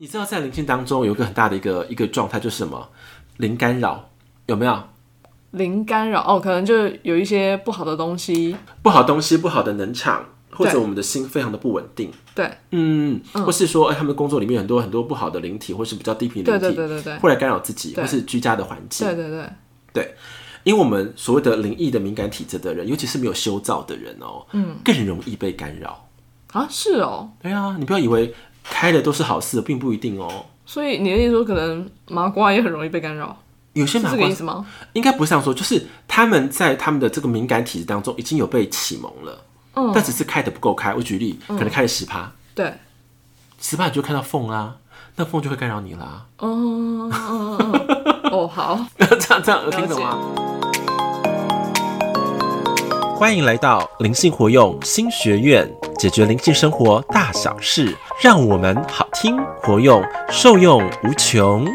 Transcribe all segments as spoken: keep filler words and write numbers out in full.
你知道在灵性当中有一个很大的一个一个状态就是什么？零干扰，有没有？ 零干扰哦，可能就有一些不好的东西， 不好的东西，不好的能场，或者我们的心非常的不稳定。 对， 嗯，嗯或是说，哎、欸，他们工作里面有很多很多不好的灵体，或是比较低频的灵体， 对对对对对， 会来干扰自己，或是居家的环境。 对对对对，因为我们所谓的灵异的敏感体质的人，尤其是没有修造的人哦、喔，嗯，更容易被干扰啊，是哦， 对啊，你不要以为开的都是好事，并不一定哦、喔。 所以你的意思说，可能麻瓜也很容易被干扰？ 有些麻瓜是这个意思吗？ 应该不是这样说，就是他们在他们的这个敏感体质当中已经有被启蒙了，嗯，但只是开的不够开。我举例，可能开了十趴， 对， 十趴你就看到缝啦，那缝就会干扰你啦。 哦哦哦，哦好， 这样这样有听懂吗？欢迎来到灵性活用新学院，解决灵性生活大小事，让我们好听活用，受用无穷。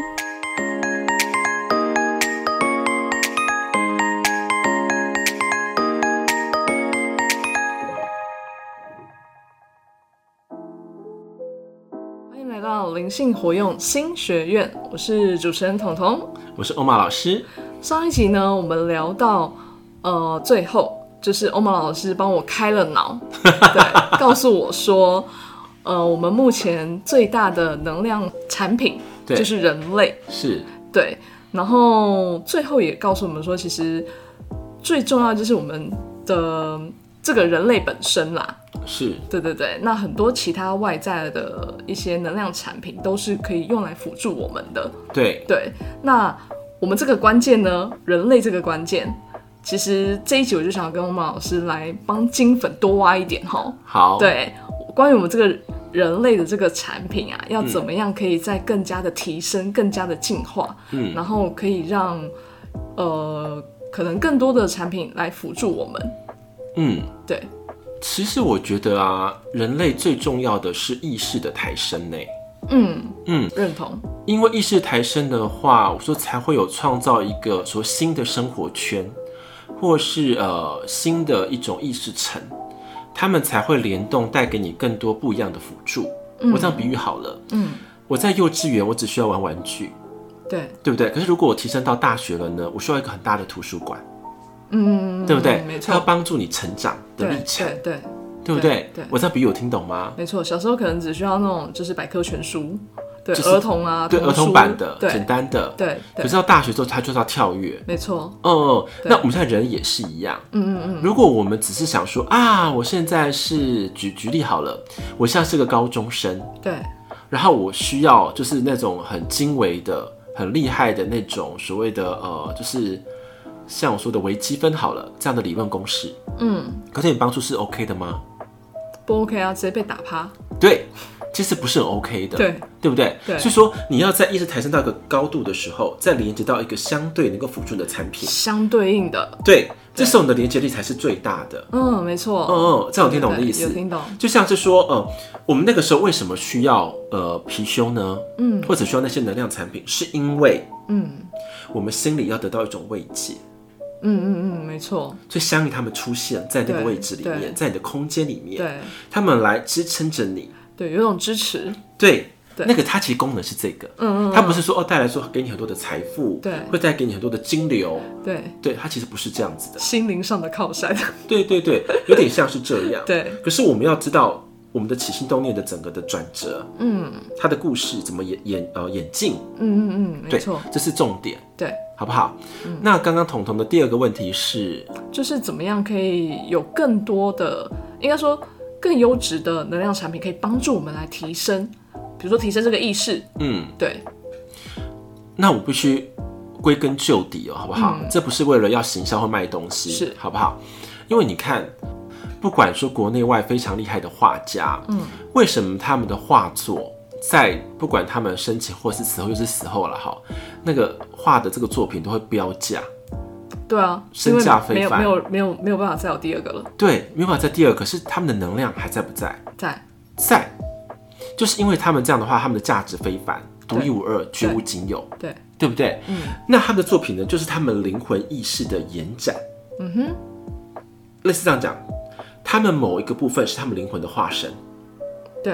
灵性活用新学院，我是主持人彤彤， 我是欧玛老师。 上一集呢，我们聊到呃最后，就是欧玛老师帮我开了脑，对，告诉我说，呃，我们目前最大的能量产品就是人类， 是， 对，然后最后也告诉我们说，其实最重要的就是我们的这个人类本身啦。 是， 对对对，那很多其他外在的一些能量产品都是可以用来辅助我们的。 对对， 那我们这个关键呢，人类这个关键，其实这一集我就想要跟欧玛老师来帮金粉多挖一点哈。好，对，关于我们这个人类的这个产品啊，要怎么样可以再更加的提升、更加的进化，嗯，然后可以让呃可能更多的产品来辅助我们。嗯，对。 其实我觉得啊，人类最重要的是意识的抬升呢。 嗯嗯，认同。 因为意识抬升的话，我说才会有创造一个说新的生活圈，或是呃新的一种意识层，他们才会联动，带给你更多不一样的辅助。嗯、我这样比喻好了，嗯，我在幼稚园我只需要玩玩具，对对不对？可是如果我提升到大学了呢，我需要一个很大的图书馆。嗯，对不对？没错，它要帮助你成长的历程，对 对, 对, 对不对？对，我这样比喻有听懂吗？ 没错，小时候可能只需要那种就是百科全书，对，就是、儿童啊， 对儿童版的，简单的， 对。 可是到大学之后，它就是要跳跃， 没错。 嗯，那我们现在人也是一样，嗯嗯嗯。如果我们只是想说啊，我现在是举举例好了，我现在是个高中生，对，然后我需要就是那种很精微的、很厉害的那种所谓的呃，就是。像我说的微积分好了，这样的理论公式，嗯，可是你帮助是 OK 的吗？ 不 OK 啊，直接被打趴。 对，其实不是很 OK 的，对，对不对？对，所以说你要在意识抬升到一个高度的时候，再连接到一个相对能够辅助你的产品， 相对应的， 对，这时候你的连接力才是最大的。 嗯，没错。 嗯嗯，这样有听懂我的意思？ 有听懂。 就像是说，呃，我们那个时候为什么需要呃貔貅呢？嗯，或者需要那些能量产品，是因为，嗯，我们心里要得到一种慰藉。 嗯嗯嗯，没错。 所以相应他们出现在那个位置里面，在你的空间里面，对，他们来支撑着你， 对，有种支持。 对，对那个它其实功能是这个，嗯嗯，它不是说哦带来说给你很多的财富，对，会带给你很多的金流，对，对，它其实不是这样子的， 心灵上的靠山。对对对，有点像是这样。 对， 可是我们要知道我们的起心动念的整个的转折，嗯，它的故事怎么演演呃演进，嗯嗯嗯，没错，这是重点。对。好不好？嗯、那刚刚彤彤的第二个问题是， 就是怎么样可以有更多的，应该说更优质的能量产品，可以帮助我们来提升，比如说提升这个意识。嗯，对。 那我必须归根究底哦，好不好？嗯、这不是为了要行销或卖东西，是好不好？因为你看，不管说国内外非常厉害的画家，嗯，为什么他们的画作？在不管他们生前或是死后又是死后了哈，那个画的这个作品都会标价。 对啊， 身价非凡， 没有没有没有没有办法再有第二个了。 对，没有办法再第二个，可是他们的能量还在不在？ 在， 在，就是因为他们这样的话，他们的价值非凡，独一无二，绝无仅有。对，对不对？嗯。那他们的作品呢，就是他们灵魂意识的延展。嗯哼，类似这样讲，他们某一个部分是他们灵魂的化身。 对。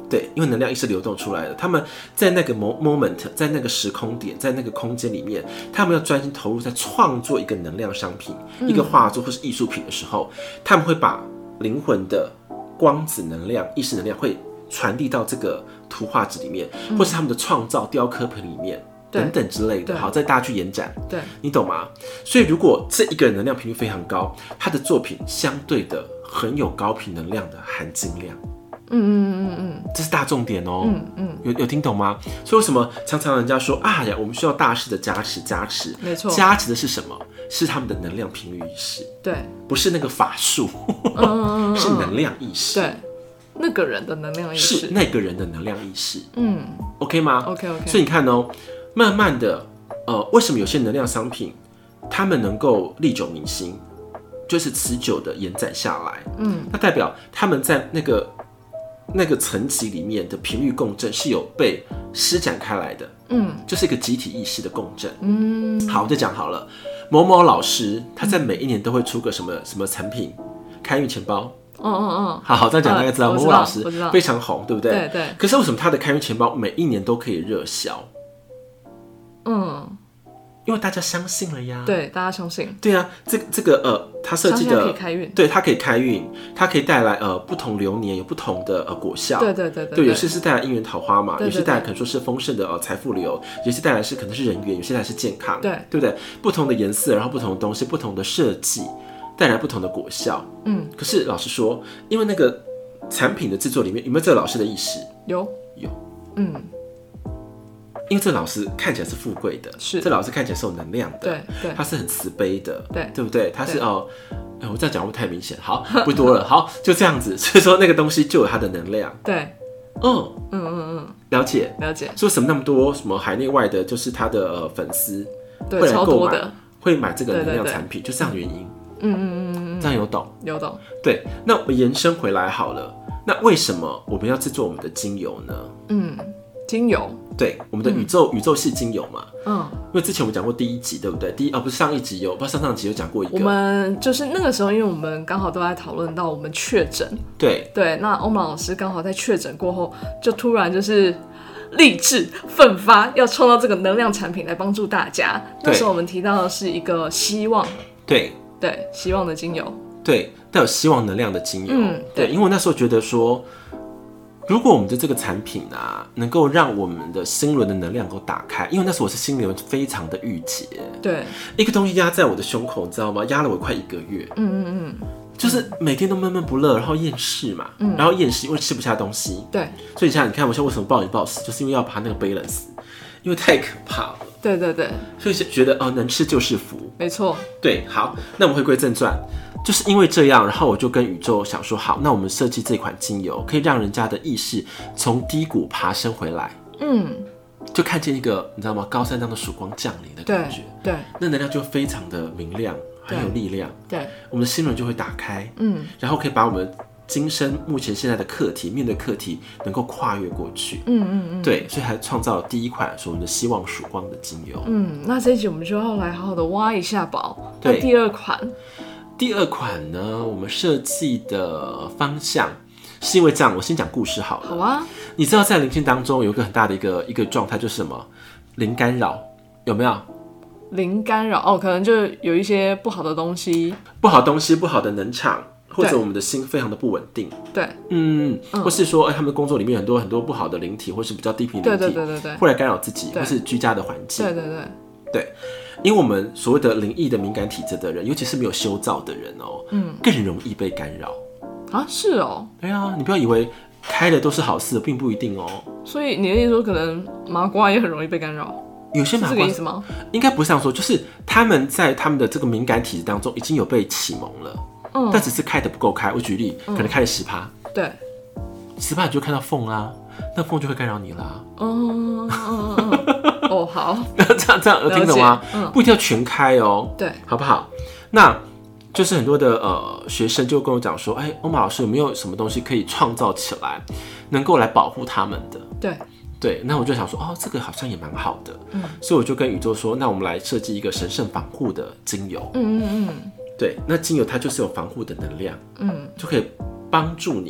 对，因为能量意识流动出来的，他们在那个 moment， 在那个时空点，在那个空间里面，他们要专心投入在创作一个能量商品、嗯、一个画作或是艺术品的时候，他们会把灵魂的光子能量、意识能量会传递到这个图画纸里面，嗯、或是他们的创造雕刻品里面。等等之类的，好，再大家去延展， 对， 你懂吗？所以如果这一个人能量频率非常高，他的作品相对的很有高频能量的含金量。嗯嗯嗯嗯，这是大重点哦、喔。嗯嗯，有有听懂吗？所以为什么常常人家说啊呀，我们需要大师的加持，加持， 没错， 加持的是什么？是他们的能量频率意识， 对， 不是那个法术，嗯、是能量意识， 对。那个人的能量意识是那个人的能量意识，嗯 ，OK 吗 ？OK OK。 所以你看哦、喔，慢慢的，呃，为什么有些能量商品，他们能够历久弥新，就是持久的延展下来，嗯，那代表他们在那个那个层级里面的频率共振是有被施展开来的，嗯，就是一个集体意识的共振，嗯，好，我就讲好了，某某老师他在每一年都会出个什么什么产品，开运钱包。嗯嗯嗯，好好这样讲大概知道，某某老师非常红，对不对？ 对对。 可是为什么他的开运钱包每一年都可以热销？嗯，因为大家相信了呀。 对，大家相信。 对啊，这这个呃，他设计的可以开运， 对，它可以开运，它可以带来呃不同流年有不同的呃果效。 对对对 对, 对, 对，有些是带来姻缘桃花嘛，有些带来可能说是丰盛的呃财富流，有些带来是可能是人缘，有些带来是健康， 对对不对？不同的颜色，然后不同的东西，不同的设计。带来不同的果效，嗯，可是老实说，因为那个产品的制作里面有没有这个老师的意识？ 有， 有，嗯，因为这个老师看起来是富贵的， 是， 这老师看起来是有能量的， 对对， 他是很慈悲的， 对， 对不对？他是哦，欸、我这样讲会太明显，好，不多了，好，就这样子，所以说那个东西就有它的能量， 对， 嗯嗯嗯嗯，了解了解， 说什么那么多什么海内外的，就是他的、呃、粉丝会来购买， 会买这个能量产品，就这样的原因。嗯嗯嗯嗯，这样有懂？ 有懂。 对，那我们延伸回来好了。那为什么我们要制作我们的精油呢？ 嗯，精油。 对，我们的宇宙、嗯、宇宙系精油嘛。嗯。因为之前我们讲过第一集，对不对？第一哦，不是上一集有，不知道上上集有讲过一个。 我们就是那个时候，因为我们刚好都在讨论到我们确诊。 对对，那欧盟老师刚好在确诊过后，就突然就是立志奋发，要创造这个能量产品来帮助大家。那时候我们提到的是一个希望。 对。 对，希望的精油， 对，带有希望能量的精油，嗯，对，因为我那时候觉得说，如果我们的这个产品啊，能够让我们的心轮的能量能够打开，因为那时候我是心轮非常的郁结， 对， 一个东西压在我的胸口，你知道吗？压了我快一个月，嗯嗯嗯，就是每天都闷闷不乐，然后厌世嘛，嗯、然后厌世因为吃不下东西， 对， 所以像你看我现在为什么暴饮暴食，就是因为要爬那个 balance， 因为太可怕了。 对对对， 所以觉得哦，能吃就是福， 没错。 对，好，那我们回归正传，就是因为这样，然后我就跟宇宙想说，好，那我们设计这款精油，可以让人家的意识从低谷爬升回来，嗯，就看见一个你知道吗？高山上的曙光降临的感觉， 对，对那能量就非常的明亮，很有力量， 对， 我们的心轮就会打开，嗯，然后可以把我们今生目前现在的课题，面对课题能够跨越过去，嗯嗯嗯，对，所以还创造了第一款所谓的希望曙光的精油。 嗯，那这一集我们就要来好好的挖一下宝。对，第二款， 第二款呢，我们设计的方向是因为这样，我先讲故事好了。 好啊。 你知道在灵性当中有一个很大的一个一个状态，就是什么？零干扰，有没有？ 零干扰哦，可能就有一些不好的东西， 不好的东西，不好的能场。或者我们的心非常的不稳定， 对， 嗯，嗯或是说，哎、欸，他们的工作里面有很多很多不好的灵体，或是比较低频灵体， 对对对对， 会来干扰自己，或是居家的环境， 对对对对，因为我们所谓的灵异的敏感体质的人，尤其是没有修造的人哦、喔，嗯，更容易被干扰啊，是哦， 对啊，你不要以为开的都是好事，并不一定哦、喔。 所以你的意思说，可能麻瓜也很容易被干扰？ 有些麻瓜是这个意思吗？应该不是这样说，就是他们在他们的这个敏感体质当中已经有被启蒙了。嗯、但只是开的不够开，我举例，可能开了十趴， 对， 十趴你就看到缝啦，那缝就会干扰你啦。 哦哦，好， 这样这样有听懂吗？嗯、不一定要全开哦、喔， 对， 好不好？那就是很多的呃学生就跟我讲说，哎、欸，欧玛老师有没有什么东西可以创造起来，能够来保护他们的？ 对。 对，那我就想说，哦，这个好像也蛮好的，嗯，所以我就跟宇宙说，那我们来设计一个神圣防护的精油，嗯嗯嗯。对，那精油它就是有防护的能量，嗯，就可以帮助你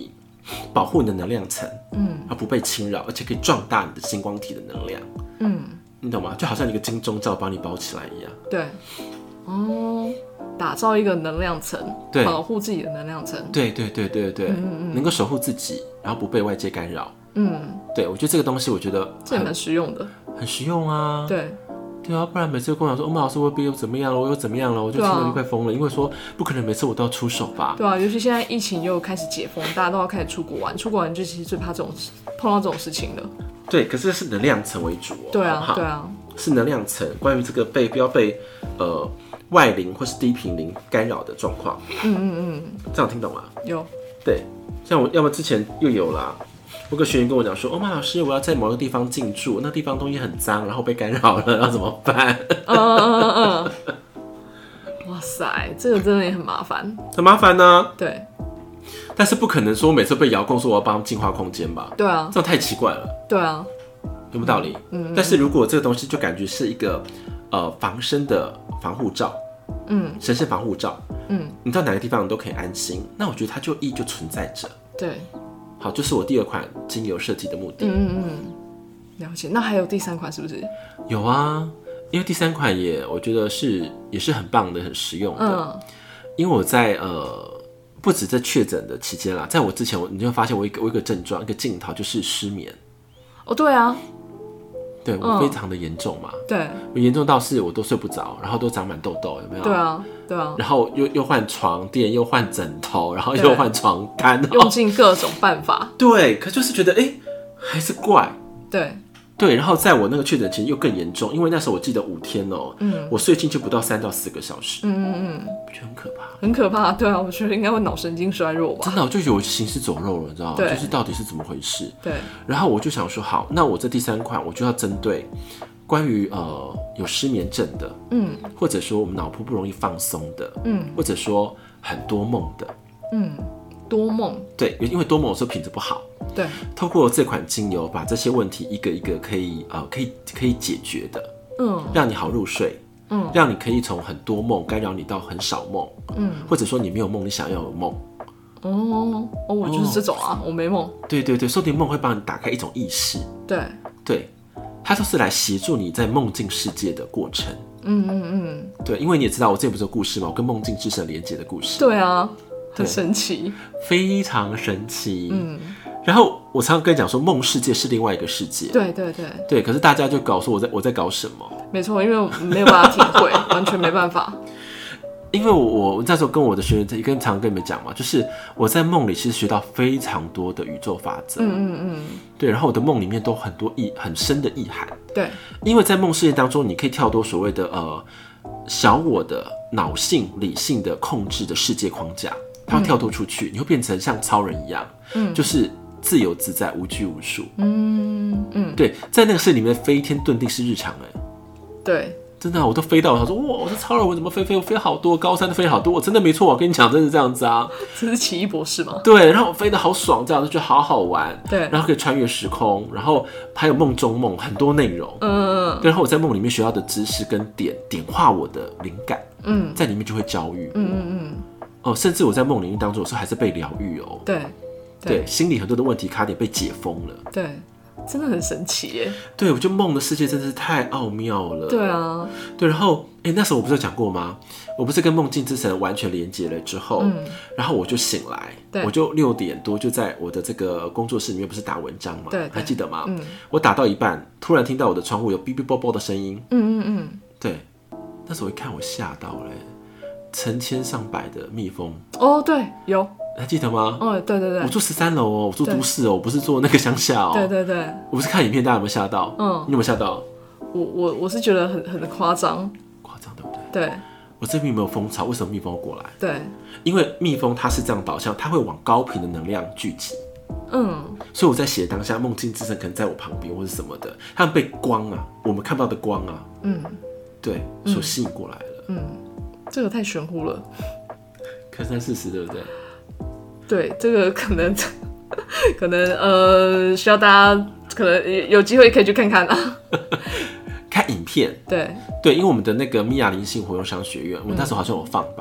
保护你的能量层，嗯，而不被侵扰，而且可以壮大你的星光体的能量，嗯，你懂吗？就好像一个金钟罩把你包起来一样。 对，哦，打造一个能量层，保护自己的能量层。 对对对对对，嗯嗯，能够守护自己，然后不被外界干扰。嗯，对，我觉得这个东西，我觉得这也蛮实用的， 很实用啊。 对。 对啊，不然每次跟我讲说，欧曼老师我又怎么样了，我又怎么样了，我就听得就快疯了，因为说不可能每次我都要出手吧。 对啊，尤其现在疫情又开始解封，大家都要开始出国玩，出国玩就其实最怕这种碰到这种事情了。 对，可是是能量层为主哦。 对啊， 好好对啊， 是能量层。关于这个被不要被呃外灵或是低频灵干扰的状况。嗯嗯嗯，这样听懂吗？ 有。 对，像我要么之前又有啦。有个学员跟我讲说：“欧曼老师，我要在某个地方进驻，那地方东西很脏，然后被干扰了，要怎么办？” 嗯嗯嗯嗯。哇塞，这个真的也很麻烦。 很麻烦呢、啊。 对。 但是不可能说每次被遥控说我要帮他们净化空间吧？ 对啊。 这样太奇怪了。 对啊。 有没有道理？嗯, 嗯。但是如果这个东西就感觉是一个呃防身的防护罩，嗯，神圣防护罩，嗯，你到哪个地方你都可以安心，那我觉得它就意义就存在着。 对。 好，就是我第二款精油设计的目的。嗯嗯嗯，了解。那还有第三款是不是？ 有啊，因为第三款也我觉得是也是很棒的、很实用的。嗯，因为我在呃不止在确诊的期间啦，在我之前我你就会发现我一个我一个症状一个镜头就是失眠。 哦，对啊。 对我非常的严重嘛， 对， 我严重到是我都睡不着，然后都长满痘痘，有没有？ 对啊，对啊。 然后又又换床垫，又换枕头，然后又换床单， 用尽各种办法。 对，可就是觉得哎、欸，还是怪。 对对，然后在我那个确诊前又更严重，因为那时候我记得五天哦、喔，嗯，我睡进去不到三到四个小时，嗯嗯嗯，不觉得很可怕？ 很可怕，对啊，我觉得应该会脑神经衰弱吧。 真的，我就有行尸走肉了，你知道吗？ 对， 就是到底是怎么回事？ 对。 然后我就想说，好，那我这第三款我就要针对关于呃有失眠症的，嗯，或者说我们脑波不容易放松的，嗯，或者说很多梦的， 嗯，多梦， 对，因为多梦有时候品质不好， 对， 透过这款精油把这些问题一个一个可以呃可以可以解决的，嗯，让你好入睡。嗯，让你可以从很多梦干扰你到很少梦，嗯，或者说你没有梦，你想要有梦。 哦哦，我就是这种啊，哦、我没梦。 对对对，说不定梦会帮你打开一种意识。 对对，它都是来协助你在梦境世界的过程。嗯嗯嗯，对，因为你也知道我之前不是有故事吗？我跟梦境之神连接的故事。 对啊，很神奇， 非常神奇。嗯。然后我常常跟你讲说，梦世界是另外一个世界。 对对对对，可是大家就搞说我在我在搞什么？ 没错，因为我没有办法体会，完全没办法。 因为我我那时候跟我的学员也跟常常跟你们讲嘛，就是我在梦里其实学到非常多的宇宙法则。嗯嗯嗯。对，然后我的梦里面都很多意很深的意涵。 对， 因为在梦世界当中，你可以跳脱所谓的呃小我的脑性理性的控制的世界框架，它会跳脱出去，嗯、你会变成像超人一样，嗯，就是自由自在、无拘无束。嗯嗯，对，在那个世界里面飞天遁地是日常哎、欸。 对， 真的、啊，我都飞到了。他说：“哇，我是超人，我怎么飞飞？我飞好多，高山都飞好多。我真的没错，我跟你讲，真是这样子啊。” 这是奇异博士吗？ 对，然后我飞得好爽，这样就觉得好好玩。 对， 然后可以穿越时空，然后还有梦中梦，很多内容。嗯嗯嗯。然后我在梦里面学到的知识跟点点化我的灵感，嗯，在里面就会教育。嗯嗯嗯。哦，甚至我在梦里面当中，有时候还是被疗愈哦。 对。 对，心里很多的问题卡点被解封了。 对，真的很神奇耶。 对，我觉得梦的世界真的是太奥妙了。 对啊， 对，然后哎、欸，那时候我不是有讲过吗？我不是跟梦境之神完全连接了之后，嗯、然后我就醒来，我就六点多就在我的这个工作室里面不是打文章吗？ 对， 还记得吗？嗯，我打到一半，突然听到我的窗户有哔哔啵啵的声音。嗯嗯嗯，对，那时候我一看，我吓到了，成千上百的蜜蜂。 哦，对，有。 还记得吗？ 哦，对对对， 我住十三楼哦，我住都市哦，我不是住那个乡下哦。 对对对， 我不是看影片，大家有没有吓到？嗯，你有没有吓到？ 我我我是觉得很很夸张， 夸张对不对？ 对。 我这边有没有蜂巢？为什么蜜蜂会过来？ 对， 因为蜜蜂它是这样导向，它会往高频的能量聚集。嗯，所以我在写当下，梦境之神可能在我旁边或是什么的，他们被光啊，我们看不到的光啊，嗯，对，所吸引过来了。 嗯，这个太玄乎了。 可是事实对不对？ 对，这个可能可能呃，需要大家可能有机会可以去看看啊。 看影片， 对对，因为我们的那个米娅灵性活用商学院，我那时候好像有放吧。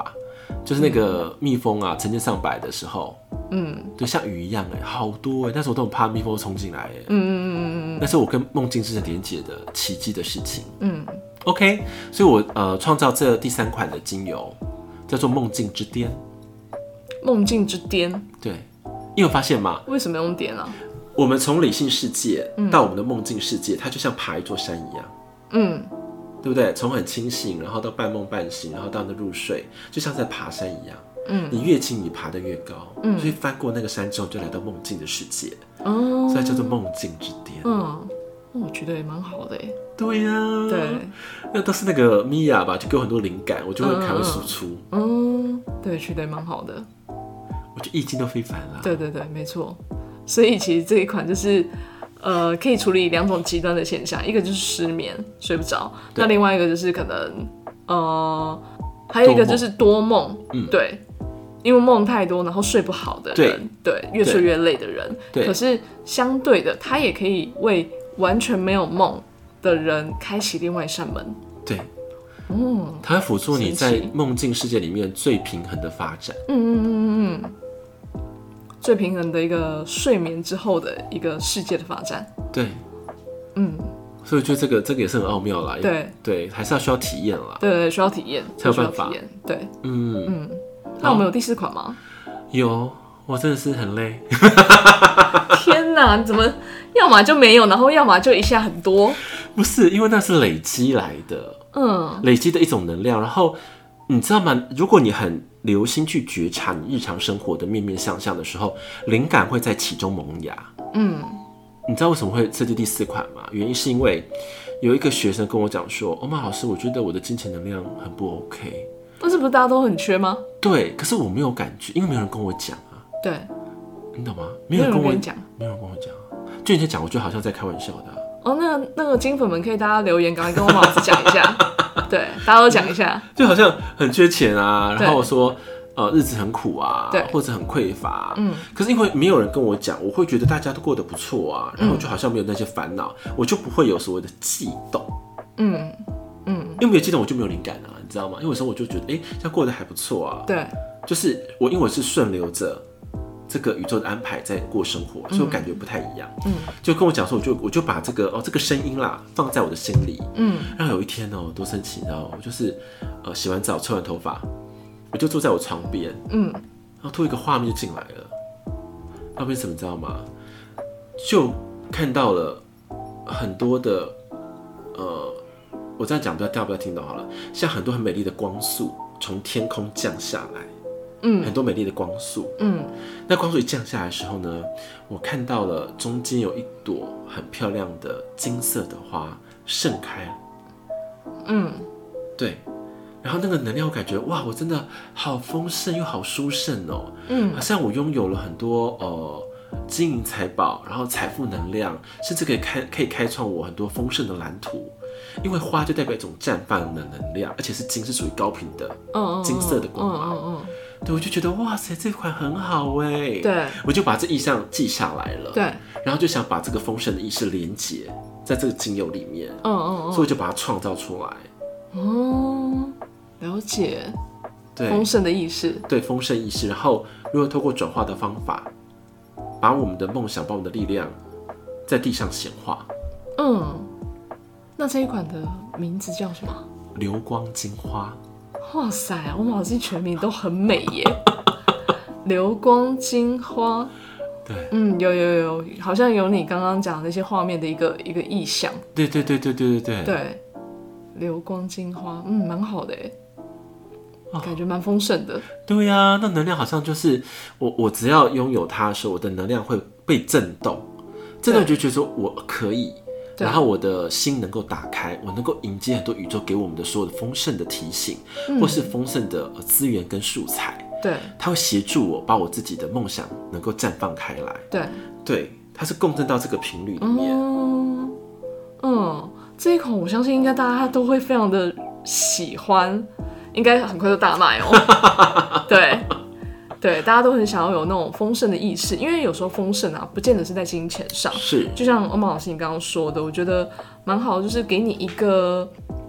就是那个蜜蜂啊，成千上百的时候，嗯，对，像雨一样哎，好多哎，那时候我都很怕蜜蜂冲进来哎，嗯嗯嗯嗯嗯，那是我跟梦境之神连结的奇迹的事情，嗯 ，OK， 所以我呃创造这第三款的精油叫做梦境之巅， 梦境之巅， 对，你有发现吗？ 为什么用颠啊？ 我们从理性世界到我们的梦境世界，它就像爬一座山一样，嗯。对不对？从很清醒，然后到半梦半醒，然后到那入睡，就像在爬山一样。嗯，你越轻，你爬得越高。嗯，所以翻过那个山之后，就来到梦境的世界。哦，所以叫做梦境之巅。 嗯，我觉得也蛮好的耶。 对呀、啊， 对， 那都是那个米娅吧，就给我很多灵感，我就会开会输出。 嗯，对，觉得也蛮好的。 我觉得意境都非凡啦。 对对对，没错。所以其实这一款就是。呃，可以处理两种极端的现象，一个就是失眠睡不着，那另外一个就是可能呃，还有一个就是多梦，嗯，对，因为梦太多，然后睡不好的人，对，对越睡越累的人，可是相对的，他也可以为完全没有梦的人开启另外一扇门， 对，嗯，它会辅助你在梦境世界里面最平衡的发展，嗯嗯嗯嗯嗯。 最平衡的一个睡眠之后的一个世界的发展， 对，嗯，所以我觉得这个这个也是很奥妙啦， 对对，还是要需要体验啦， 对对，需要体验才有办法， 对，嗯嗯。那我们有第四款吗？ 有，我真的是很累。 天哪，你怎么要么就没有，然后要么就一下很多？ 不是，因为那是累积来的，嗯，累积的一种能量，然后。你知道吗？如果你很留心去觉察你日常生活的面面相向的时候，灵感会在其中萌芽。嗯，你知道为什么会设计第四款吗？原因是因为有一个学生跟我讲说：“欧玛老师，我觉得我的金钱能量很不 OK。” 但是不是大家都很缺吗？ 对，可是我没有感觉，因为没有人跟我讲啊。 对， 你懂吗？没有人跟我讲， 没有人跟我讲。就你在讲，我觉得好像在开玩笑的、啊。 哦，那个那个金粉们可以大家留言，赶快跟欧玛老师讲一下。对，大家都讲一下， 就好像很缺钱啊，然后我说，呃，日子很苦啊，或者很匮乏、啊，嗯，可是因为没有人跟我讲，我会觉得大家都过得不错啊，然后就好像没有那些烦恼，嗯、我就不会有所谓的悸动，嗯嗯，因为没有悸动，我就没有灵感啊，你知道吗？因为有时候我就觉得，哎、欸，这样过得还不错啊， 对， 就是我因为我是顺流着这个宇宙的安排在过生活，所以我感觉不太一样。嗯，就跟我讲说，我就我就把这个哦这个声音啦放在我的心里。嗯，然后有一天哦多神奇，然后我就是呃洗完澡、吹完头发，我就坐在我床边。嗯，然后突然一个画面就进来了，画面是什么你知道吗？就看到了很多的呃，我这样讲不知道大家不要听到好了，像很多很美丽的光束从天空降下来。嗯，很多美丽的光束。嗯，那光束一降下来的时候呢，我看到了中间有一朵很漂亮的金色的花盛开。嗯，对。然后那个能量，我感觉哇，我真的好丰盛又好殊胜哦。嗯，好像我拥有了很多呃金银财宝，然后财富能量，甚至可以开可以开创我很多丰盛的蓝图。因为花就代表一种绽放的能量，而且是金，是属于高频的金色的光芒。嗯嗯嗯对，我就觉得哇塞，这款很好哎。 对， 我就把这意象记下来了。 对， 然后就想把这个丰盛的意识连结在这个精油里面。嗯嗯嗯，所以我就把它创造出来。哦，了解。对，丰盛的意识。对，丰盛意识。然后，如何透过转化的方法，把我们的梦想，把我们的力量，在地上显化。嗯，那这一款的名字叫什么？流光金花。 哇塞，我们老师全名都很美耶。流光金花， 对， 嗯，有有有，好像有你刚刚讲的那些画面的一个一个意象。 对对对对对对对。 对，流光金花，嗯，蛮好的耶，哦、感觉蛮丰盛的。 对呀、啊，那能量好像就是我我只要拥有它的时候，我的能量会被震动，震动就觉得说我可以。然后我的心能够打开，我能够迎接很多宇宙给我们的所有的丰盛的提醒，嗯、或是丰盛的资源跟素材。 对， 它会协助我把我自己的梦想能够绽放开来。 对， 对，它是共振到这个频率里面。 嗯，嗯，这一款我相信应该大家都会非常的喜欢，应该很快就大卖哦。对。对，大家都很想要有那种丰盛的意识，因为有时候丰盛啊，不见得是在金钱上。 是， 就像欧玛老师你刚刚说的，我觉得蛮好的，就是给你一个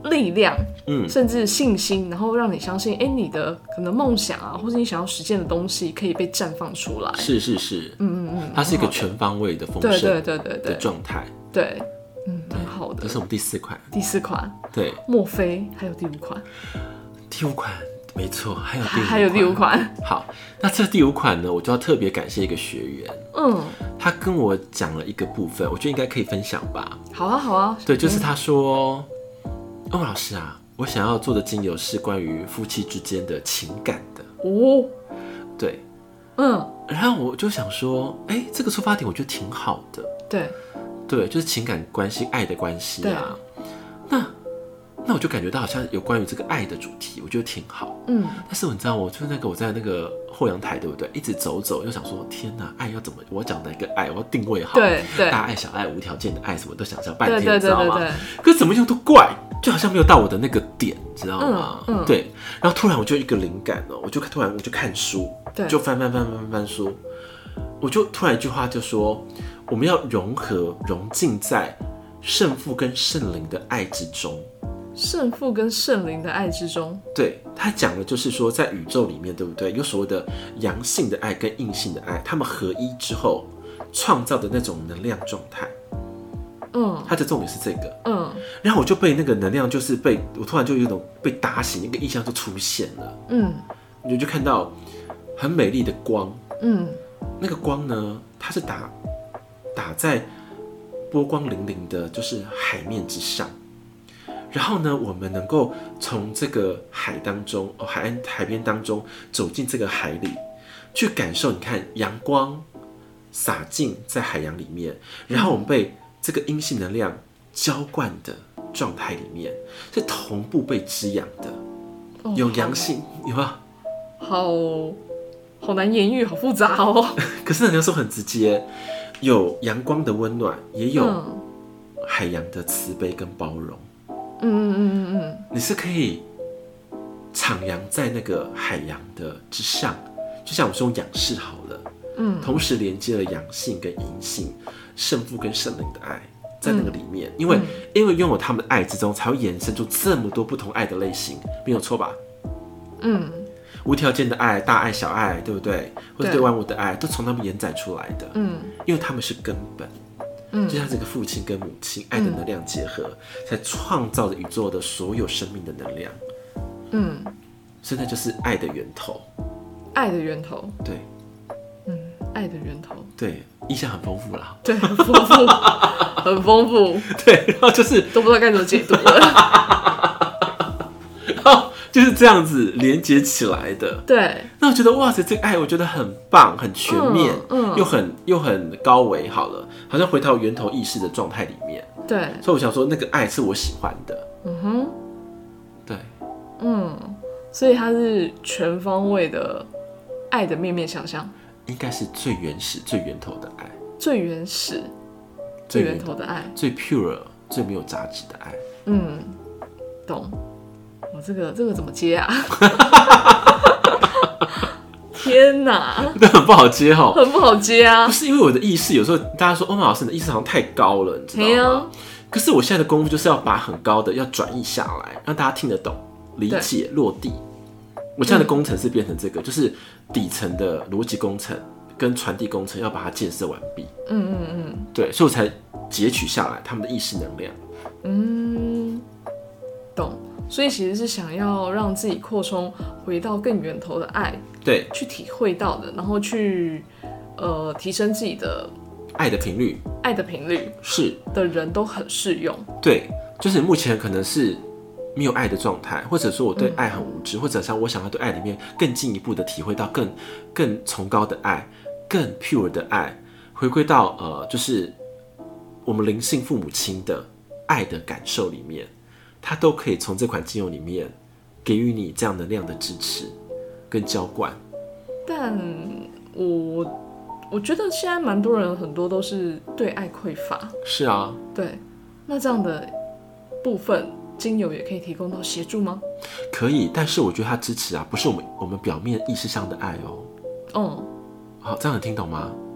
力量，嗯，甚至信心，然后让你相信，哎、欸，你的可能梦想啊，或是你想要实现的东西，可以被绽放出来。 是是是，嗯嗯嗯，它是一个全方位的丰盛，对对对对的状态， 对，嗯，很好的。 这是我们第四款， 第四款， 对， 莫非还有第五款？ 第五款。没错，还有第五款， 还有第五款。 好，那这第五款呢，我就要特别感谢一个学员，嗯，他跟我讲了一个部分，我觉得应该可以分享吧。 好啊，好啊。 对，就是他说，欧老师啊，我想要做的精油是关于夫妻之间的情感的。哦，对，嗯，然后我就想说，哎、欸，这个出发点我觉得挺好的。 对， 对，就是情感关系、爱的关系啊。那。那我就感觉到好像有关于这个爱的主题，我觉得挺好。嗯，但是你知道，我就是那个我在那个后阳台，对不对？一直走走，又想说，天哪，爱要怎么？我讲哪个爱？我要定位好， 对对， 大爱、小爱、无条件的爱，什么都想象半天，你知道吗？可是怎么用都怪，就好像没有到我的那个点，知道吗？嗯，对。然后突然我就一个灵感哦，我就突然我就看书，就翻翻翻翻翻书，我就突然一句话就说，我们要融合融进在圣父跟圣灵的爱之中。 圣父跟圣灵的爱之中， 对，他讲的就是说，在宇宙里面，对不对？有所谓的阳性的爱跟阴性的爱，他们合一之后创造的那种能量状态。嗯，他的重点是这个。嗯，然后我就被那个能量，就是被我突然就有一种被打醒，一个意象就出现了。嗯，你就看到很美丽的光。嗯，那个光呢，它是打打在波光粼粼的，就是海面之上。然后呢，我们能够从这个海当中，哦，海岸海边当中走进这个海里，去感受。你看，阳光洒进在海洋里面，然后我们被这个阴性能量浇灌的状态里面，是同步被滋养的。哦、有阳性，有没有？ 好好难言喻，好复杂哦。 可是那时候很直接，有阳光的温暖，也有海洋的慈悲跟包容。嗯嗯嗯嗯嗯，你是可以徜徉在那个海洋的之上，就像我说仰视好了，嗯，同时连接了阳性跟阴性、圣父跟圣灵的爱在那个里面，嗯、因为、嗯、因为拥有他们的爱之中，才会衍生出这么多不同爱的类型，没有错吧？嗯，无条件的爱、大爱、小爱，对不对？或者对万物的爱，都从他们延展出来的，嗯，因为他们是根本。嗯，就像这个父亲跟母亲爱的能量结合，嗯、才创造了宇宙的所有生命的能量。嗯，所以那就是爱的源头。 爱的源头。 对。 嗯，爱的源头。 对，意象很丰富啦。 对，很丰富，很丰富。 对，然后就是都不知道该怎么解读了。 然后就是这样子连接起来的。 对。 那我觉得哇塞，这个爱我觉得很棒，很全面，嗯，嗯又很又很高维。好了。好像回到源头意识的状态里面， 对， 所以我想说，那个爱是我喜欢的，嗯哼，对， 嗯，所以它是全方位的爱的面面相向， 应该是最原始、最源头的爱， 最原始、最源头的爱， 最 pure、最没有杂质的爱， 嗯，懂。我这个这个怎么接啊？天哪， 那很不好接哈， 很不好接啊！ 不是因为我的意识，有时候大家说欧玛老师你的意识好像太高了，你知道吗？可是我现在的功夫就是要把很高的要转移下来，让大家听得懂、理解、落地。我现在的工程是变成这个，嗯、就是底层的逻辑工程跟传递工程要把它建设完毕。嗯嗯嗯，对，所以我才截取下来他们的意识能量。嗯， 懂。所以其实是想要让自己扩充回到更源头的爱， 对， 去体会到的，然后去呃提升自己的爱的频率， 爱的频率是的人都很适用。 对，就是目前可能是没有爱的状态，或者说我对爱很无知，嗯、或者像我想要对爱里面更进一步的体会到更更崇高的爱、更 pure 的爱，回归到呃就是我们灵性父母亲的爱的感受里面。它都可以从这款精油里面给予你这样能量的支持跟浇灌。 但我我觉得现在蛮多人很多都是对爱匮乏。 是啊。 对，那这样的部分精油也可以提供到协助吗？ 可以，但是我觉得它支持啊，不是我们我们表面意识上的爱哦。嗯。好，这样能听懂吗？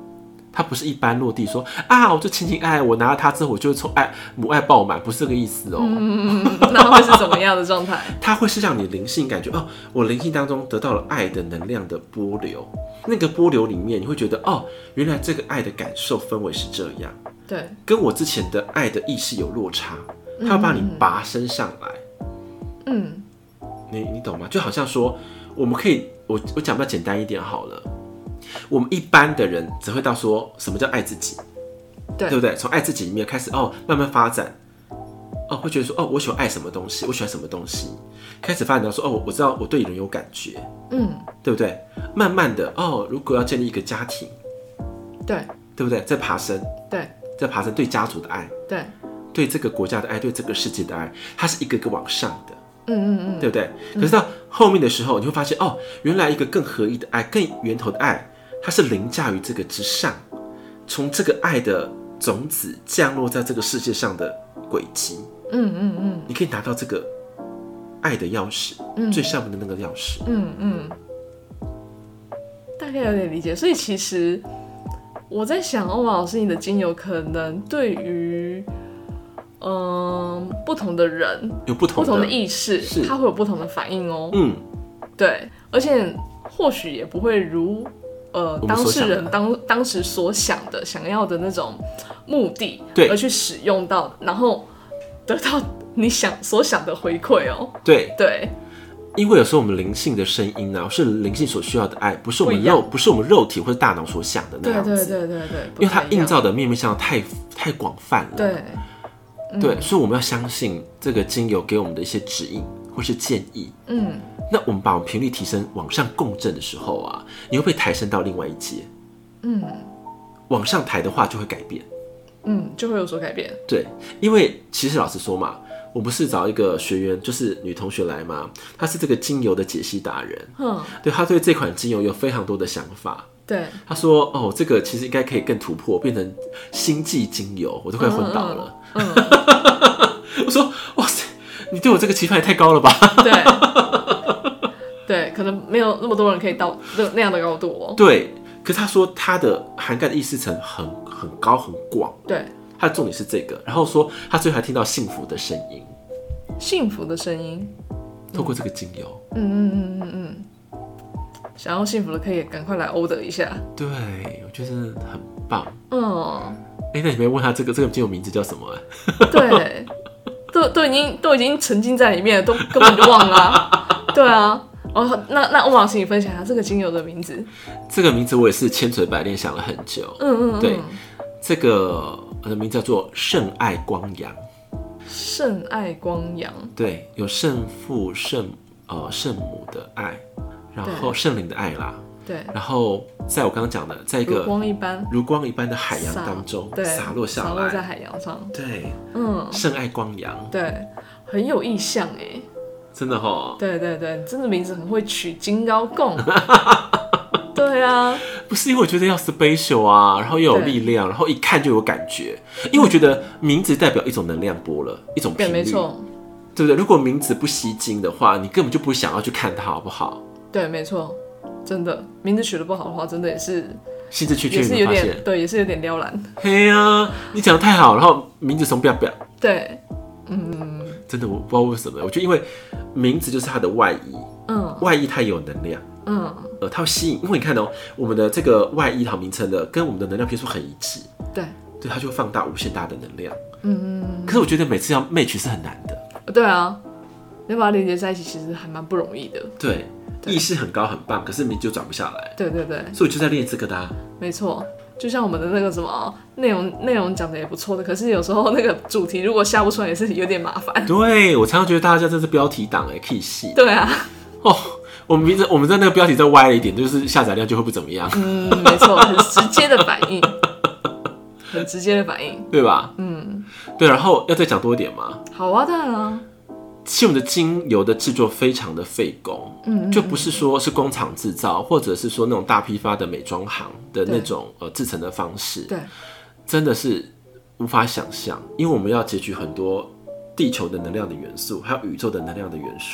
它不是一般落地说啊，我就亲亲爱爱，我拿了它之后我就从爱母爱爆满，不是这个意思哦。 嗯，那会是怎么样的状态？ 它会是让你灵性感觉哦，我灵性当中得到了爱的能量的波流，那个波流里面你会觉得哦，原来这个爱的感受氛围是这样， 对， 跟我之前的爱的意识有落差，它会把你拔升上来。嗯，你你懂吗？就好像说，我们可以，我我讲比较简单一点好了。我们一般的人只会到说什么叫爱自己，对，对不对？从爱自己里面开始哦，慢慢发展，哦，会觉得说哦，我喜欢爱什么东西，我喜欢什么东西，开始发展到说哦，我知道我对人有感觉，嗯，对不对？慢慢的哦，如果要建立一个家庭， 对， 对不对？在爬升， 对， 在爬升对家族的爱， 对， 对这个国家的爱，对这个世界的爱，它是一个个往上的。嗯嗯嗯， 对不对？可是到后面的时候，你会发现哦，原来一个更合一的爱、更源头的爱，它是凌驾于这个之上，从这个爱的种子降落在这个世界上的轨迹。嗯嗯嗯，你可以拿到这个爱的钥匙，嗯、最上面的那个钥匙。嗯嗯， 大概有点理解。所以其实我在想，欧玛老师，你的精油可能对于嗯，不同的人有不同 的, 不同的意识，他会有不同的反应哦。嗯，对，而且或许也不会如呃当事人当当时所想的、想要的那种目的，而去使用到，然后得到你想所想的回馈哦。 对对， 因为有时候我们灵性的声音呢、啊，是灵性所需要的爱，不是我们肉，不, 不是我们肉体或者大脑所想的那样子。 对对对对对， 因为它映照的面面相太太广泛了。 对。 对，所以我们要相信这个精油给我们的一些指引或是建议。嗯，那我们把我们频率提升往上共振的时候啊，你会被抬升到另外一阶。嗯，往上抬的话就会改变。 嗯，就会有所改变。 对，因为其实老实说嘛，我不是找一个学员，就是女同学来嘛，她是这个精油的解析达人。嗯，对，她对这款精油有非常多的想法。 对， 他说：“哦，这个其实应该可以更突破，变成星际精油，我都快昏倒了。嗯嗯嗯”我说：“哇塞，你对我这个期盼也太高了吧？” 对，对，可能没有那么多人可以到那样的高度哦。 对，可是他说他的涵盖的意识层很很高很广。 对， 他的重点是这个，然后说他最后还听到幸福的声音， 幸福的声音， 透过这个精油。 嗯嗯嗯嗯嗯。想要幸福的可以赶快来 order 一下。 对，我觉得很棒。嗯，哎、欸，那你没问他这个这个精油名字叫什么、 欸？对，都都已经都已经沉浸在里面了，都根本就忘了、啊。对啊，哦，那那欧老师你分享一下这个精油的名字。 这个名字我也是千锤百炼想了很久。嗯嗯嗯。对，这个的名字叫做圣爱光阳。 圣爱光阳。 对，有圣父圣呃圣母的爱。然后圣灵的爱啦， 对， 然后在我刚刚讲的，在一个如光一般、 如光一般的海洋当中洒落下来， 洒落在海洋上， 对，嗯，圣爱光阳， 对，很有意象哎， 真的齁， 对对对，真的名字很会取，金高共，对啊， 不是因为我觉得要 special 啊，然后又有力量，然后一看就有感觉，因为我觉得名字代表一种能量波了，一种频率， 对，没错， 对不对？如果名字不吸睛的话，你根本就不会想要去看它，好不好？ 对，没错，真的，名字取得不好的话，真的也是兴致缺缺， 也是有点对，也是有点撩人。 嘿呀、啊，你讲的太好，然后名字怂不不对，嗯， 真的我不知道为什么，我觉得因为名字就是它的外衣，嗯，外衣它也有能量，嗯，呃，它会吸引，因为你看哦、喔，我们的这个外衣它名称的跟我们的能量偏数很一致， 对， 对，它就会放大无限大的能量，嗯，可是我觉得每次要 match 是很难的， 对啊，要把它连接在一起，其实还蛮不容易的， 对。意识很高很棒，可是名就转不下来。 对对对， 所以我就在练这个的、啊。 没错，就像我们的那个什么内容，内容讲的也不错的，可是有时候那个主题如果下不出来，也是有点麻烦。 对，我常常觉得大家这是标题党哎，可以细。 对啊。 哦，我们名字我们在那个标题再歪了一点，就是下载量就会不怎么样。 嗯，没错，很直接的反应，很直接的反应， 对吧？嗯，对，然后要再讲多一点吗？ 好啊，当然啊。 其实我们的精油的制作非常的费工，嗯, 嗯，就不是说是工厂制造，或者是说那种大批发的美妆行的那种呃制成的方式， 对， 真的是无法想象，因为我们要截取很多地球的能量的元素，还有宇宙的能量的元素，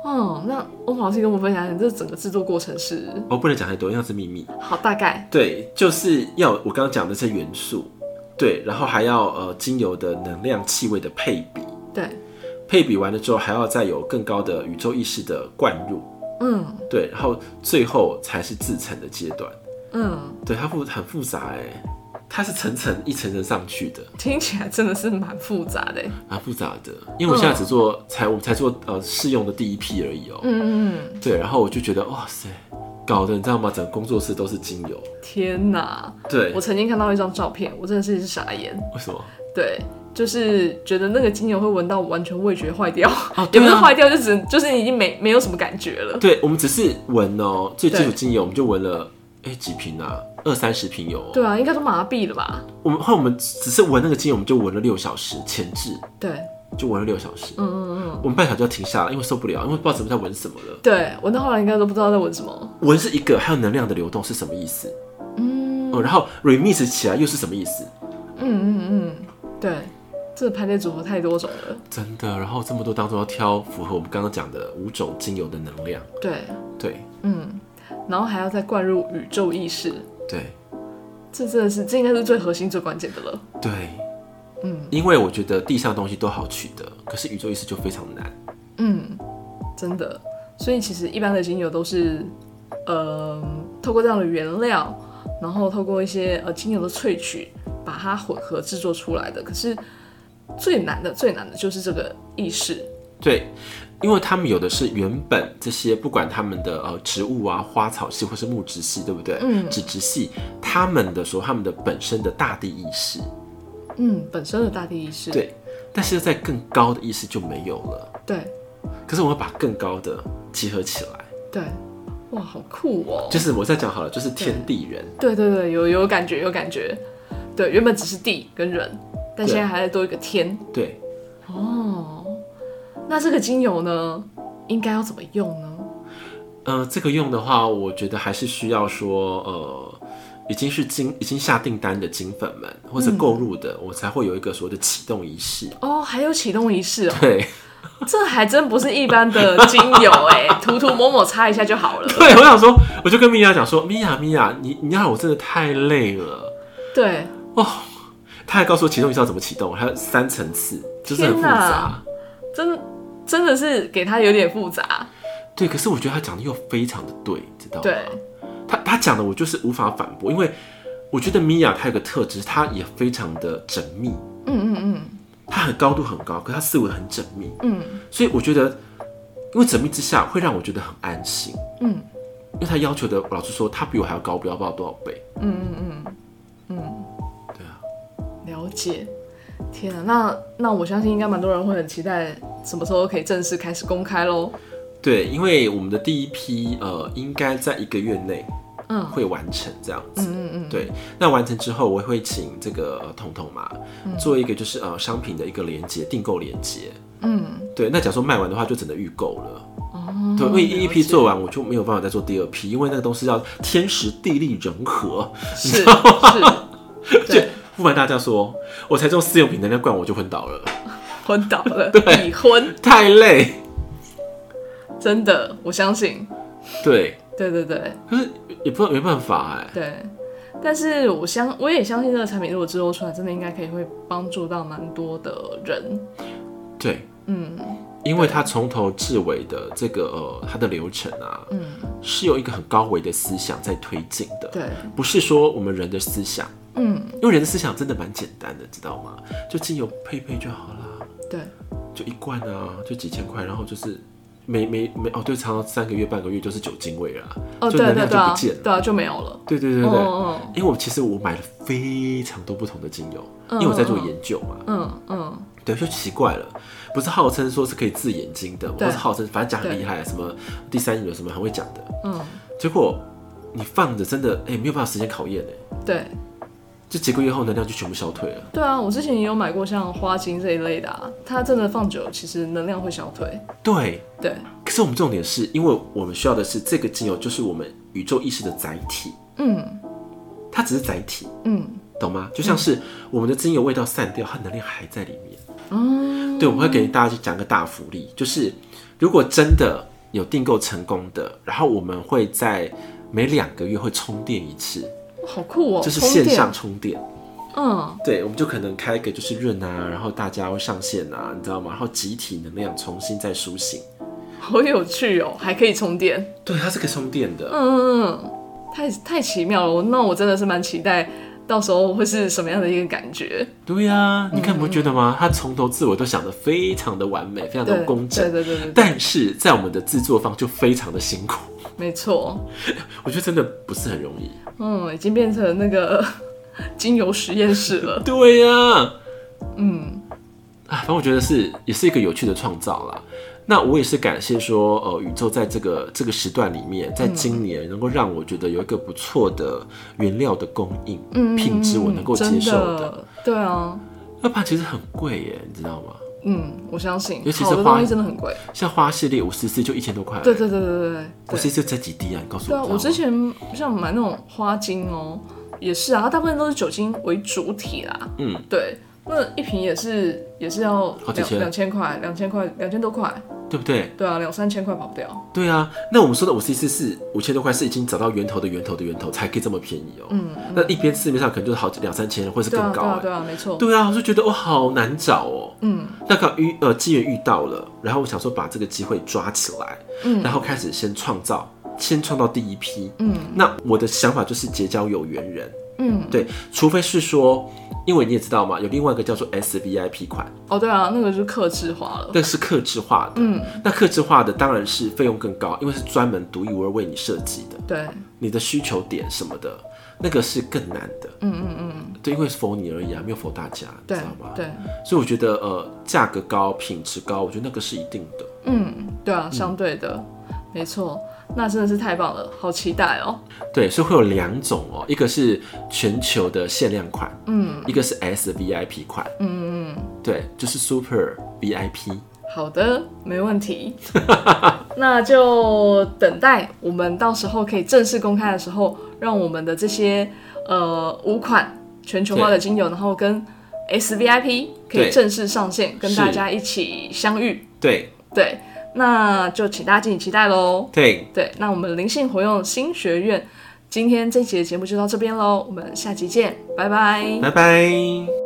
哦，那欧老师跟我分享，你这整个制作过程是？ 我不能讲太多，因为是秘密。 好，大概。 对，就是要我刚刚讲的这些元素，对，然后还要呃精油的能量、气味的配比， 对， 配比完了之后，还要再有更高的宇宙意识的灌入，嗯，对，然后最后才是制成的阶段，嗯，对，它复很复杂哎。它是层层一层层上去的， 听起来真的是蛮复杂的， 蛮复杂的。因为我现在只做、嗯、才我才做呃试用的第一批而已哦、喔。嗯嗯嗯。对，然后我就觉得哇塞，搞得你知道吗？整个工作室都是精油。 天哪！对，我曾经看到一张照片，我真的是傻眼。 为什么？ 对，就是觉得那个精油会闻到完全味觉坏掉，哦、也不是坏掉，就只就是已经没没有什么感觉了。 对，我们只是闻哦、喔，最基础精油我们就闻了。哎、欸，几瓶啊？二三十瓶有、喔。 对啊，应该都麻痹了吧？ 我们后来我们只是闻那个精油，我们就闻了六小时前置。 对， 就闻了六小时。嗯嗯嗯。我们半小时就要停下来，因为受不了，因为不知道怎么在闻什么了。 对，闻到后来应该都不知道在闻什么。 闻是一个，还有能量的流动是什么意思？嗯。哦，然后 remix 起来又是什么意思？ 嗯嗯嗯，对，这排列组合太多种了。 真的，然后这么多当中要挑符合我们刚刚讲的五种精油的能量。 对对， 嗯。然后还要再灌入宇宙意识， 对， 这真的是，这应该是最核心、最关键的了。 对，嗯，因为我觉得地上的东西都好取得，可是宇宙意识就非常难。 嗯，真的。所以其实一般的精油都是，呃，透过这样的原料，然后透过一些呃精油的萃取，把它混合制作出来的。可是最难的、最难的就是这个意识。 对。因为他们有的是原本这些，不管他们的呃植物啊、花草系或是木质系，对不对？嗯，脂质系，他们的说他们的本身的大地意识， 嗯，本身的大地意识， 对。但是在更高的意识就没有了， 对。 可是我要把更高的集合起来， 对。哇，好酷哦！ 就是我再讲好了，就是天地人， 对对对，有有感觉，有感觉。对，原本只是地跟人，但现在还在多一个天， 对。 哦。那这个精油呢，应该要怎么用呢？ 呃，这个用的话，我觉得还是需要说，呃，已经是精已经下订单的精粉们或者购入的，嗯、我才会有一个所谓的启动仪式。 哦，还有启动仪式哦。 对， 这还真不是一般的精油哎，涂涂抹抹擦一下就好了。 对，我想说，我就跟米娅讲说，米娅米娅，你你让我真的太累了。 对， 哦，他还告诉我启动仪式要怎么启动，还有三层次，就是很复杂， 真。真的是给他有点复杂， 对，可是我觉得他讲的又非常的对，知道吗？ 对， 他他讲的我就是无法反驳，因为我觉得米娅她有个特质，她也非常的缜密，嗯嗯嗯，她很高度很高，可是她思维很缜密，嗯，所以我觉得，因为缜密之下会让我觉得很安心，嗯，因为他要求的，老实说，他比我还要高，不要不知道多少倍，嗯嗯嗯嗯，对啊， 了解。天啊，那那我相信应该蛮多人会很期待什么时候可以正式开始公开咯。 对，因为我们的第一批呃，应该在一个月内，嗯，会完成这样子。嗯嗯嗯。对，那完成之后，我会请这个彤彤嘛，嗯、做一个就是呃商品的一个连结，订购连结。嗯。对，那假如说卖完的话，就只能预购了。哦。对，因为第一批做完，我就没有办法再做第二批，因为那个东西要天时地利人和， 是是。对。 不瞒大家说，我才用试用品能量罐我就昏倒了， 昏倒了， 已昏， 太累， 真的，我相信。 对， 对对对， 可是也不没办法哎。 对，但是我相我也相信这个产品如果制作出来，真的应该可以会帮助到蛮多的人。 对，嗯，因为它从头至尾的这个呃它的流程啊，嗯，是有一个很高维的思想在推进的， 对， 不是说我们人的思想。嗯，因为人的思想真的蛮简单的，知道吗？就精油配配就好啦。 对， 就一罐啊，就几千块，然后就是每每每哦，对，常常三个月半个月就是酒精味啦， 哦， 就能量就不见了， 对啊，就没有了。 对对对对，哦、因为我其实我买了非常多不同的精油，嗯、因为我在做研究嘛。嗯嗯，对，就奇怪了，不是号称说是可以治眼睛的，或是号称反正讲很厉害，什么第三眼有什么很会讲的，嗯，结果你放着真的哎、欸、没有办法时间考验哎， 对。 就几个月后能量就全部消退了。 对啊，我之前也有买过像花精这一类的啊，它真的放久其实能量会消退。 对对。 可是我们重点是因为我们需要的是这个精油就是我们宇宙意识的载体，嗯，它只是载体，嗯，懂吗？就像是我们的精油味道散掉，它能量还在里面。嗯，对，我们会给大家讲个大福利，就是如果真的有订购成功的，然后我们会在每两个月会充电一次， 好酷哦， 就是线上充电。 嗯， 对，我们就可能开一个就是润啊，然后大家会上线啊，你知道吗？然后集体能量重新再苏醒， 好有趣哦，还可以充电。 对，它是可以充电的。 嗯嗯嗯，太太奇妙了，那我真的是蛮期待到时候会是什么样的一个感觉。 对呀、啊，你看不觉得吗？他从头至尾都想得非常的完美，非常的工整。 对对对 对, 对。 但是在我们的制作方就非常的辛苦。 没错， 我觉得真的不是很容易。 嗯，已经变成那个精油实验室了。 对呀、啊，嗯，啊，反正我觉得是也是一个有趣的创造啦。那我也是感谢说，呃，宇宙在这个这个时段里面，在今年能够让我觉得有一个不错的原料的供应，嗯，品质我能够接受的。 的对啊， 要不然其实很贵耶，你知道吗？ 嗯，我相信， 尤其是好的东西真的很贵。 像花系列五十四就一千多块。 对对对对对， 五十四才几滴啊？你告诉我。 对啊，我之前像买那种花精哦、喔，也是啊，它大部分都是酒精为主体啦。嗯，对，那一瓶也是也是要两两千块，两千块，两千多块。 对不对？ 对啊，两三千块跑不掉。 对啊，那我们说的五 C 四是五千多块，是已经找到源头的源头的源头才可以这么便宜哦、喔。嗯，那一边市面上可能就是好两三千，或是更高、欸。 对啊，对啊，没错。 对啊，我就觉得哦，好难找哦、喔。嗯，那刚遇呃机缘遇到了，然后我想说把这个机会抓起来，嗯，然后开始先创造，先创造第一批。嗯，那我的想法就是结交有缘人。嗯，对，除非是说，因为你也知道嘛，有另外一个叫做 S V I P 款。 哦，对啊，那个就是客制化了。 那是客制化的。嗯，那客制化的当然是费用更高，因为是专门独一无二为你设计的。 对， 你的需求点什么的，那个是更难的。嗯嗯嗯，对，因为是 for 你而已啊，没有 for 大家，你知道吗？ 对， 所以我觉得呃，价格高，品质高，我觉得那个是一定的。 嗯，对啊，相对的，嗯、没错。那真的是太棒了，好期待哦！ 对，所以会有两种哦，一个是全球的限量款，嗯，一个是 S V I P 款，嗯嗯嗯，对，就是 Super V I P。 好的，没问题。那就等待我们到时候可以正式公开的时候，让我们的这些呃五款全球化的精油，然后跟 S V I P 可以正式上线，跟大家一起相遇。 对对。那就请大家敬请期待喽。 对对，那我们灵性活用新学院今天这期的节目就到这边喽，我们下期见，拜拜， 拜拜。